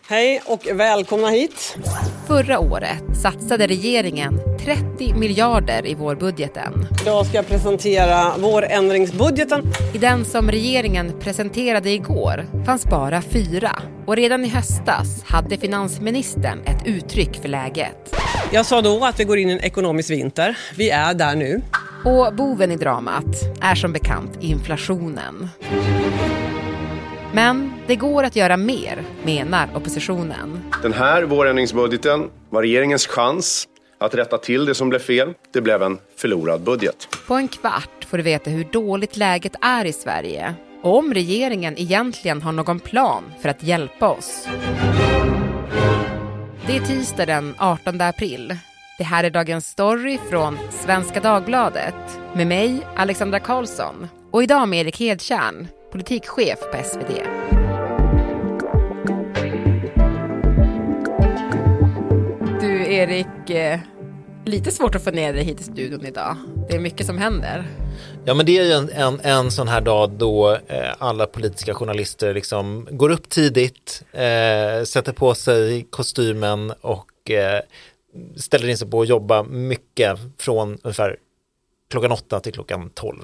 Hej och välkomna hit. Förra året satsade regeringen 30 miljarder i vårbudgeten. Idag ska jag presentera vårändringsbudgeten. I den som regeringen presenterade igår fanns bara 4. Och redan i höstas hade finansministern ett uttryck för läget. Jag sa då att vi går in i en ekonomisk vinter. Vi är där nu. Och boven i dramat är som bekant inflationen. Men det går att göra mer, menar oppositionen. Den här vårändringsbudgeten var regeringens chans att rätta till det som blev fel. Det blev en förlorad budget. På en kvart får du veta hur dåligt läget är i Sverige. Och om regeringen egentligen har någon plan för att hjälpa oss. Det är tisdag den 18 april. Det här är dagens story från Svenska Dagbladet. Med mig, Alexandra Karlsson. Och idag med Erik Hedtjärn, politikchef på SvD. Du Erik, lite svårt att få ner dig hit i studion idag. Det är mycket som händer. Ja, men det är ju en sån här dag då alla politiska journalister liksom går upp tidigt, sätter på sig kostymen och ställer in sig på att jobba mycket från ungefär klockan 8 till klockan 12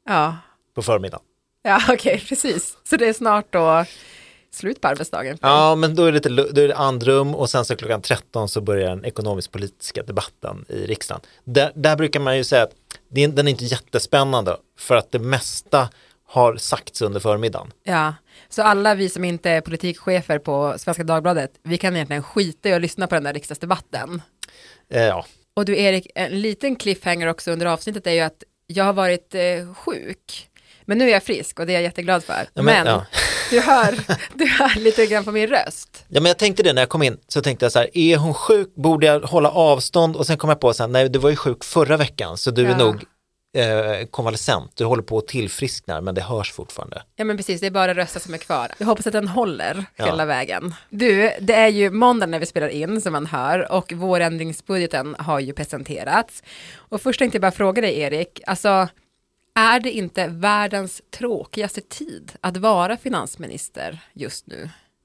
på förmiddagen. Ja, okej, precis. Så det är snart då slut på arbetsdagen. Ja, men då är det andrum och sen så klockan 13 så börjar den ekonomisk-politiska debatten i riksdagen. Där brukar man ju säga att den är inte jättespännande för att det mesta har sagts under förmiddagen. Ja, så alla vi som inte är politikchefer på Svenska Dagbladet, vi kan egentligen skita i att lyssna på den där riksdagsdebatten. Ja. Och du Erik, en liten cliffhanger också under avsnittet är ju att jag har varit sjuk. Men nu är jag frisk och det är jag jätteglad för. Ja, men du hör lite grann på min röst. Ja, men jag tänkte det när jag kom in. Så tänkte jag så här, är hon sjuk? Borde jag hålla avstånd? Och sen kom jag på så här, nej, du var ju sjuk förra veckan. Så du är nog konvalescent. Du håller på att tillfriskna, men det hörs fortfarande. Ja, men precis. Det är bara rösten som är kvar. Jag hoppas att den håller hela vägen. Du, det är ju måndag när vi spelar in som man hör. Och vårändringsbudgeten har ju presenterats. Och först tänkte jag bara fråga dig, Erik. Alltså, är det inte världens tråkigaste tid att vara finansminister just nu?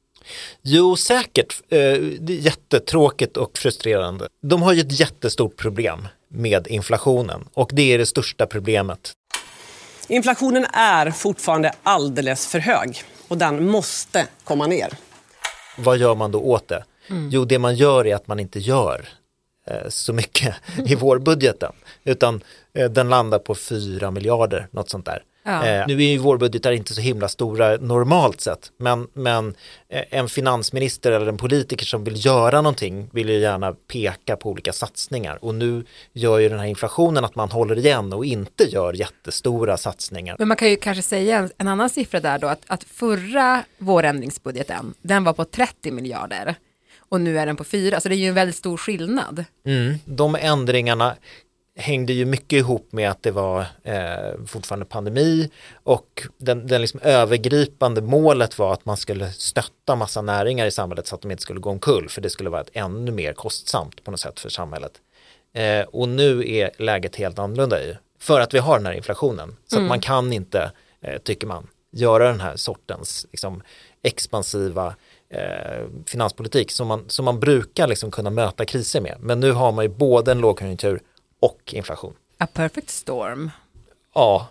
Jo, säkert. Det är jättetråkigt och frustrerande. De har ju ett jättestort problem med inflationen och det är det största problemet. Inflationen är fortfarande alldeles för hög och den måste komma ner. Vad gör man då åt det? Jo, det man gör är att man inte gör så mycket i vårbudgeten utan den landar på 4 miljarder, något sånt där. Ja. Nu är ju vårbudgetar inte så himla stora normalt sett, men en finansminister eller en politiker som vill göra någonting vill ju gärna peka på olika satsningar och nu gör ju den här inflationen att man håller igen och inte gör jättestora satsningar. Men man kan ju kanske säga en annan siffra där då, att förra vårändringsbudgeten, den var på 30 miljarder och nu är den på 4, så det är ju en väldigt stor skillnad. De ändringarna hängde ju mycket ihop med att det var fortfarande pandemi och den liksom övergripande målet var att man skulle stötta massa näringar i samhället så att de inte skulle gå omkull, för det skulle vara ett ännu mer kostsamt på något sätt för samhället. Och nu är läget helt annorlunda för att vi har den här inflationen. Så att man kan inte, tycker man, göra den här sortens liksom, expansiva finanspolitik som man brukar liksom kunna möta kriser med. Men nu har man ju både en lågkonjunktur och inflation. A perfect storm. Ja.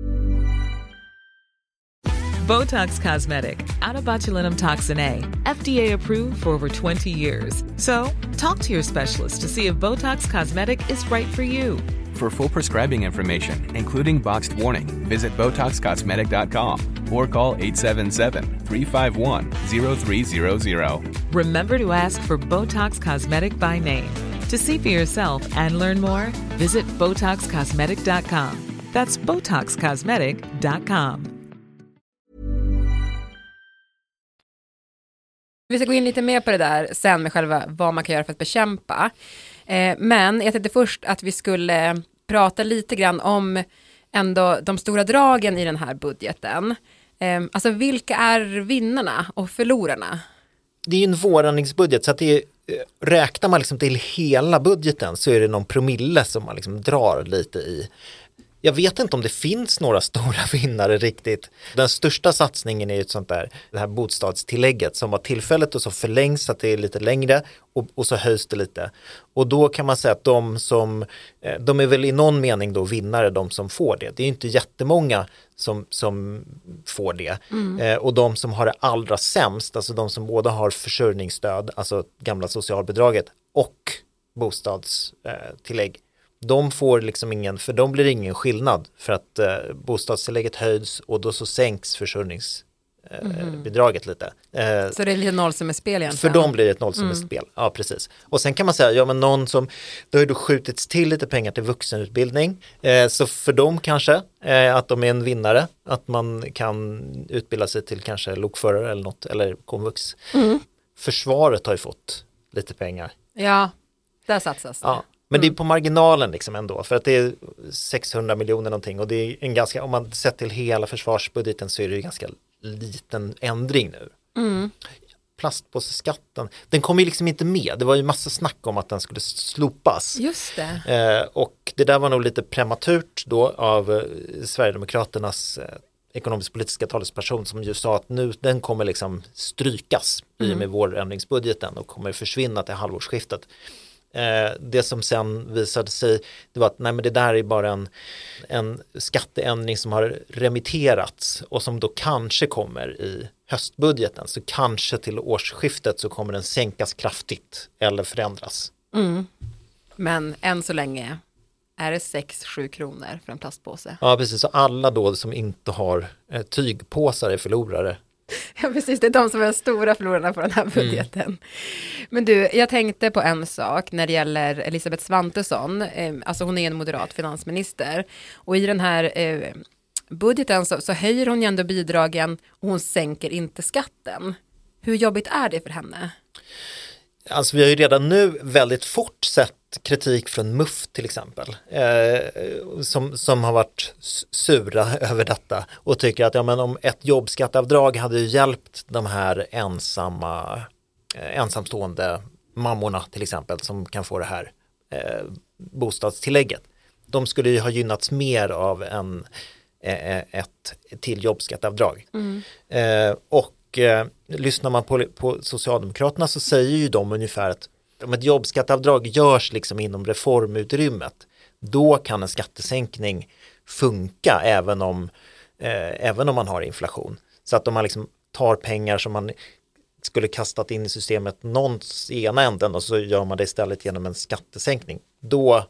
Botox Cosmetic, out of botulinum toxin A, FDA approved for over 20 years. So, talk to your specialist to see if Botox Cosmetic is right for you. For full prescribing information, including boxed warning, visit BotoxCosmetic.com or call 877-351-0300. Remember to ask for Botox Cosmetic by name. To see for yourself and learn more, visit BotoxCosmetic.com. That's BotoxCosmetic.com. Vi ska gå in lite mer på det där sen med själva vad man kan göra för att bekämpa. Men jag tänkte först att vi skulle prata lite grann om ändå de stora dragen i den här budgeten. Alltså vilka är vinnarna och förlorarna? Det är ju en vårändringsbudget så att det är, räknar man liksom till hela budgeten så är det någon promille som man liksom drar lite Jag vet inte om det finns några stora vinnare riktigt. Den största satsningen är ju det här bostadstillägget som var tillfälligt och så förlängs att det är lite längre och så höjs det lite. Och då kan man säga att de är väl i någon mening då vinnare, de som får det. Det är ju inte jättemånga som får det. Och de som har det allra sämst, alltså de som både har försörjningsstöd, alltså gamla socialbidraget och bostadstillägg, de får liksom för de blir ingen skillnad för att bostadstillägget höjs och då så sänks försörjningsbidraget lite. Så det är lite nollsummespel egentligen? För dem blir det ett nollsummespel, ja precis. Och sen kan man säga, ja men någon som, det har ju då skjutits till lite pengar till vuxenutbildning, så för dem kanske att de är en vinnare, att man kan utbilda sig till kanske lokförare eller något, eller komvux. Försvaret har ju fått lite pengar. Ja, där satsas det. Ja. Men det är på marginalen liksom ändå, för att det är 600 miljoner någonting och det är en ganska, om man sett till hela försvarsbudgeten så är det ju ganska liten ändring nu. Plastpåseskatten, den kom ju liksom inte med. Det var ju massa snack om att den skulle slopas. Just det. Och det där var nog lite prematurt då av Sverigedemokraternas ekonomisk-politiska talesperson som ju sa att nu den kommer liksom strykas i och med vårändringsbudgeten och kommer försvinna till halvårsskiftet. Det som sen visade sig, det var att nej, men det där är bara en skatteändring som har remitterats och som då kanske kommer i höstbudgeten, så kanske till årsskiftet så kommer den sänkas kraftigt eller förändras. Men än så länge är det 6-7 kronor för en plastpåse. Ja precis, så alla då som inte har tygpåsar är förlorare. Ja precis, det är de som är stora förlorarna på den här budgeten. Men du, jag tänkte på en sak när det gäller Elisabeth Svantesson. Alltså hon är en moderat finansminister. Och i den här budgeten så höjer hon ju ändå bidragen och hon sänker inte skatten. Hur jobbigt är det för henne? Alltså vi har ju redan nu väldigt fort sett kritik från MUF till exempel som har varit sura över detta och tycker att ja, men om ett jobbskatteavdrag hade hjälpt de här ensamstående mammorna till exempel som kan få det här bostadstillägget. De skulle ju ha gynnats mer av ett till jobbskatteavdrag. Lyssnar man på Socialdemokraterna så säger ju de ungefär att om ett jobbskatteavdrag görs liksom inom reformutrymmet, då kan en skattesänkning funka även om man har inflation. Så att om man liksom tar pengar som man skulle kastat in i systemet någons ena änden och så gör man det istället genom en skattesänkning, då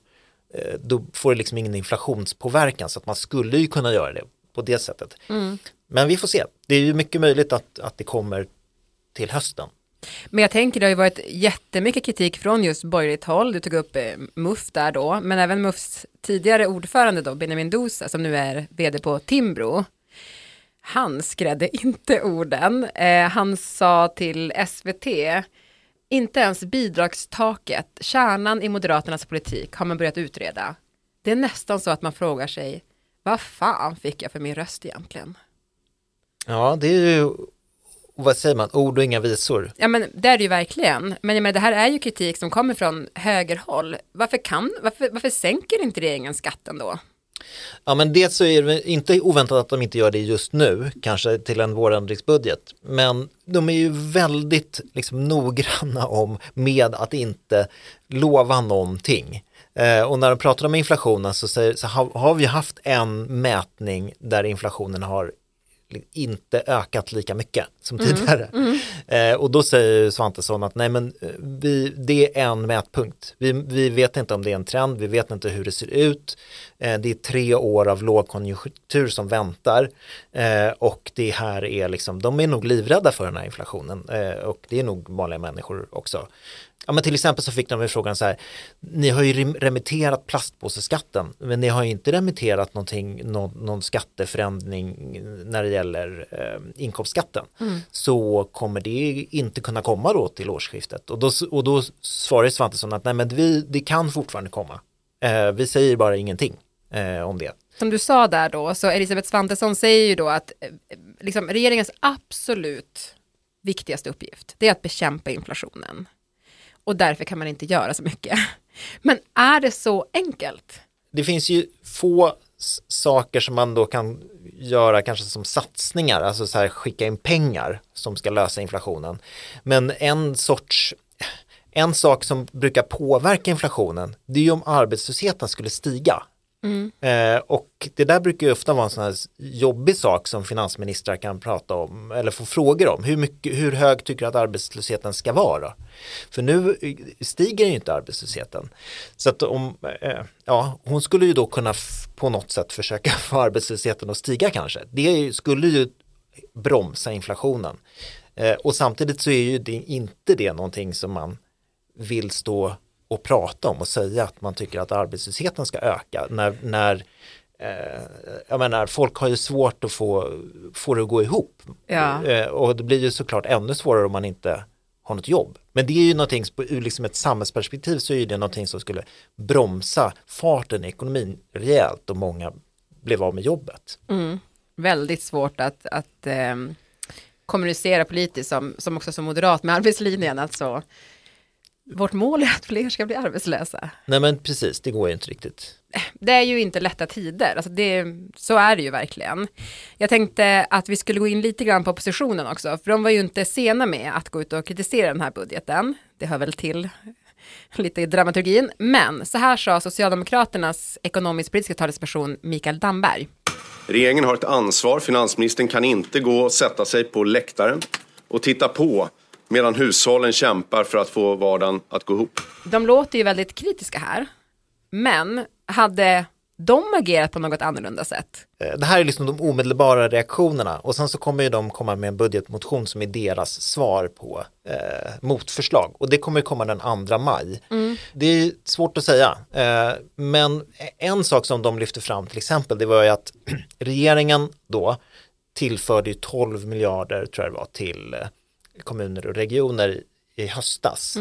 får det liksom ingen inflationspåverkan, så att man skulle ju kunna göra det på det sättet. Men vi får se. Det är ju mycket möjligt att det kommer till hösten. Men jag tänker det har ju varit jättemycket kritik från just borgerligt håll. Du tog upp MUF där då, men även MUFs tidigare ordförande då, Benjamin Dousa, som nu är vd på Timbro. Han skrädde inte orden. Han sa till SVT, inte ens bidragstaket, kärnan i Moderaternas politik, har man börjat utreda. Det är nästan så att man frågar sig, vad fan fick jag för min röst egentligen? Ja, det är ju, vad säger man, ord och inga visor. Ja, men det är det ju verkligen. Men jag menar, det här är ju kritik som kommer från högerhåll. Varför sänker inte regeringen skatten då? Ja, men det så är det inte oväntat att de inte gör det just nu, kanske till en vårändringsbudget. Men de är ju väldigt liksom noggranna med att inte lova någonting. Och när de pratar om inflationen så har vi haft en mätning där inflationen har inte ökat lika mycket som tidigare. Och då säger Svantesson att nej, men det är en mätpunkt. Vi vet inte om det är en trend, vi vet inte hur det ser ut. Det är 3 år av lågkonjunktur som väntar. Och det här är liksom, de är nog livrädda för den här inflationen. Och det är nog vanliga människor också. Ja, men till exempel så fick de frågan så här, ni har ju remitterat plastpåseskatten, men ni har ju inte remitterat någon skatteförändring när det gäller inkomstskatten. Så kommer det inte kunna komma då till årsskiftet. Och då svarar Svantesson att nej, men det kan fortfarande komma. Vi säger bara ingenting om det. Som du sa där då, så Elisabeth Svantesson säger ju då att liksom, regeringens absolut viktigaste uppgift, det är att bekämpa inflationen. Och därför kan man inte göra så mycket. Men är det så enkelt? Det finns ju få saker som man då kan göra kanske som satsningar, alltså så här skicka in pengar som ska lösa inflationen. Men en sak som brukar påverka inflationen, det är ju om arbetslösheten skulle stiga. Och det där brukar ju ofta vara en sån här jobbig sak som finansministrar kan prata om eller få frågor om. Hur hög tycker du att arbetslösheten ska vara? För nu stiger ju inte arbetslösheten. Så att hon skulle ju då kunna på något sätt försöka få arbetslösheten att stiga kanske. Det skulle ju bromsa inflationen. Och samtidigt så är ju inte det någonting som man vill stå och prata om och säga att man tycker att arbetslösheten ska öka när jag menar, folk har ju svårt att få det att gå ihop. Och det blir ju såklart ännu svårare om man inte har något jobb. Men det är ju någonting, ur liksom ett samhällsperspektiv så är det någonting som skulle bromsa farten i ekonomin rejält och många blev av med jobbet. Väldigt svårt att kommunicera politiskt som också som moderat med arbetslinjen, alltså. Vårt mål är att fler ska bli arbetslösa. Nej men precis, det går ju inte riktigt. Det är ju inte lätta tider, alltså så är det ju verkligen. Jag tänkte att vi skulle gå in lite grann på oppositionen också, för de var ju inte sena med att gå ut och kritisera den här budgeten. Det hör väl till lite i dramaturgin. Men så här sa Socialdemokraternas ekonomisk-politiska talesperson Mikael Damberg. Regeringen har ett ansvar. Finansministern kan inte gå och sätta sig på läktaren och titta på medan hushållen kämpar för att få vardagen att gå ihop. De låter ju väldigt kritiska här. Men hade de agerat på något annorlunda sätt? Det här är liksom de omedelbara reaktionerna. Och sen så kommer ju de komma med en budgetmotion som är deras svar på motförslag. Och det kommer komma den 2 maj. Det är svårt att säga. Men en sak som de lyfter fram till exempel, det var ju att regeringen då tillförde ju 12 miljarder tror jag det var till kommuner och regioner i höstas.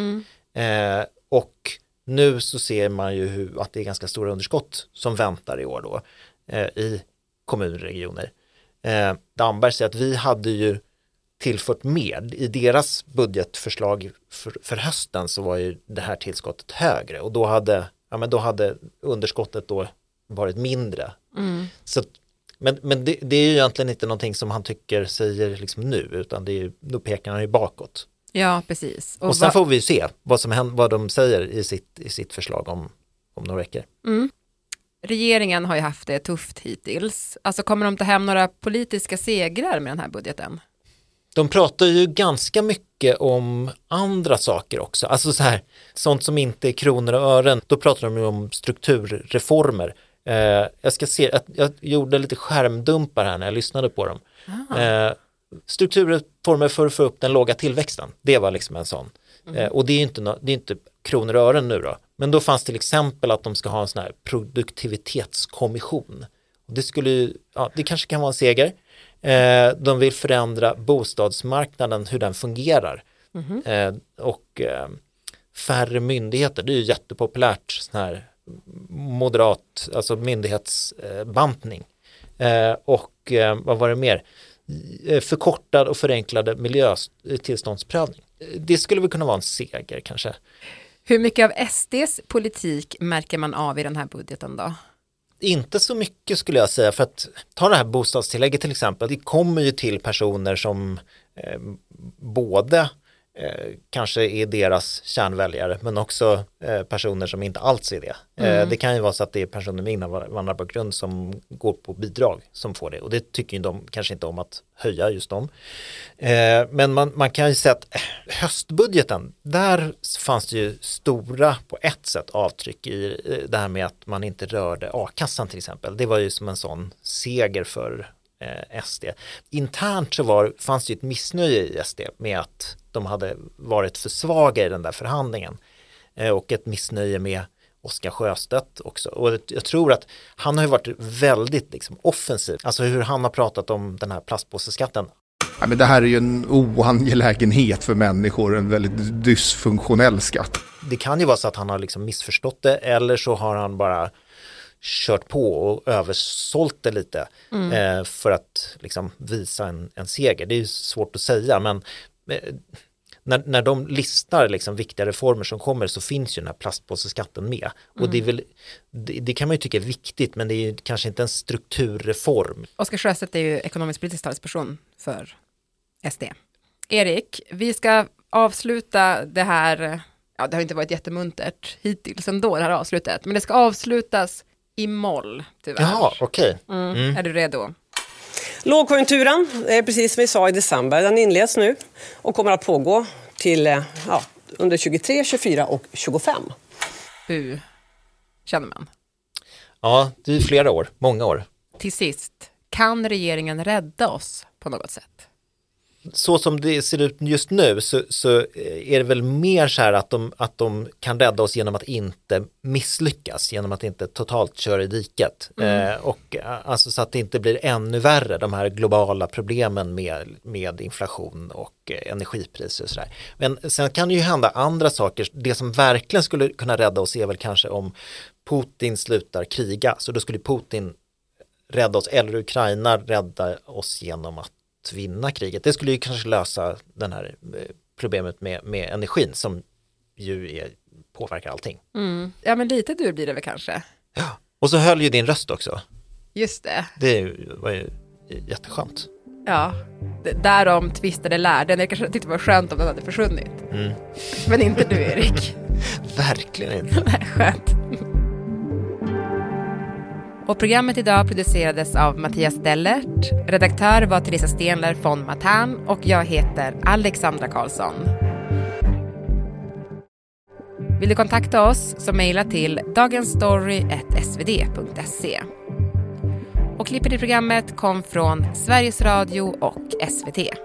Och nu så ser man ju att det är ganska stora underskott som väntar i år då i kommuner och regioner. Damberg säger att vi hade ju tillfört mer. I deras budgetförslag för hösten så var ju det här tillskottet högre och då hade underskottet då varit mindre. Så men det är ju egentligen inte någonting som han säger liksom nu, utan då pekar han ju bakåt. Ja, precis. Och sen får vi se vad de säger i sitt förslag om några veckor. Regeringen har ju haft det tufft hittills. Alltså kommer de ta hem några politiska segrar med den här budgeten? De pratar ju ganska mycket om andra saker också. Alltså sånt som inte är kronor och ören. Då pratar de ju om strukturreformer. Jag ska se att jag gjorde lite skärmdumpar här när jag lyssnade på dem. Strukturreformer för att få upp den låga tillväxten. Det var liksom en sån. Och det är inte kronor och ören nu då. Men då fanns till exempel att de ska ha en sån här produktivitetskommission. Och det kanske kan vara en seger. De vill förändra bostadsmarknaden, hur den fungerar. Och färre myndigheter. Det är ju jättepopulärt sån här moderat, alltså myndighetsbantning. Och vad var det mer? Förkortad och förenklade miljötillståndsprövning. Det skulle väl kunna vara en seger kanske. Hur mycket av SDs politik märker man av i den här budgeten då? Inte så mycket skulle jag säga, för att ta det här bostadstillägget till exempel. Det kommer ju till personer som både kanske är deras kärnväljare men också personer som inte alls är det. Det kan ju vara så att det är personer med invandrarbakgrund som går på bidrag som får det, och det tycker ju de kanske inte om att höja just dem. Men man kan ju säga att höstbudgeten, där fanns det ju stora på ett sätt avtryck i det här med att man inte rörde a-kassan till exempel. Det var ju som en sån seger för SD. Internt så fanns det ju ett missnöje i SD med att de hade varit för svaga i den där förhandlingen, och ett missnöje med Oscar Sjöstedt också. Och jag tror att han har ju varit väldigt liksom offensiv. Alltså hur han har pratat om den här plastpåseskatten. Ja, men det här är ju en oangelägenhet för människor, en väldigt dysfunktionell skatt. Det kan ju vara så att han har liksom missförstått det, eller så har han bara kört på och översålt det lite för att liksom visa en seger. Det är ju svårt att säga, men när de listar liksom viktiga reformer som kommer, så finns ju den här plastpåseskatten med. Och det är väl, det kan man ju tycka är viktigt, men det är ju kanske inte en strukturreform. Oskar Sjöstedt är ju ekonomisk-politisk talesperson för SD. Erik, vi ska avsluta det här, ja, det har inte varit jättemuntert hittills ändå det här avslutet, men det ska avslutas i moll, tyvärr. Jaha, okej. Är du redo? Lågkonjunkturen, precis som vi sa i december, den inleds nu och kommer att pågå till under 23, 24 och 25. Hur känner man? Ja, det är flera år, många år. Till sist, kan regeringen rädda oss på något sätt? Så som det ser ut just nu så är det väl mer så här att de kan rädda oss genom att inte misslyckas, genom att inte totalt köra i diket. Och alltså så att det inte blir ännu värre, de här globala problemen med inflation och energipriser och sådär. Men sen kan det ju hända andra saker. Det som verkligen skulle kunna rädda oss är väl kanske om Putin slutar kriga. Så då skulle Putin rädda oss, eller Ukraina rädda oss genom att vinna kriget. Det skulle ju kanske lösa den här problemet med energin som ju påverkar allting. Ja, men lite dur blir det väl kanske. Ja, och så höll ju din röst också. Just det. Det var ju jätteskönt. Ja, därom tvistade lärden. Jag kanske tyckte det var skönt om den hade försvunnit. Men inte du, Erik. Verkligen inte. Nej, skönt. Och programmet idag producerades av Mattias Dellert. Redaktör var Teresa Stenler von Matern och jag heter Alexandra Karlsson. Vill du kontakta oss så mejla till dagensstory@svd.se. Och klippet i programmet kom från Sveriges Radio och SVT.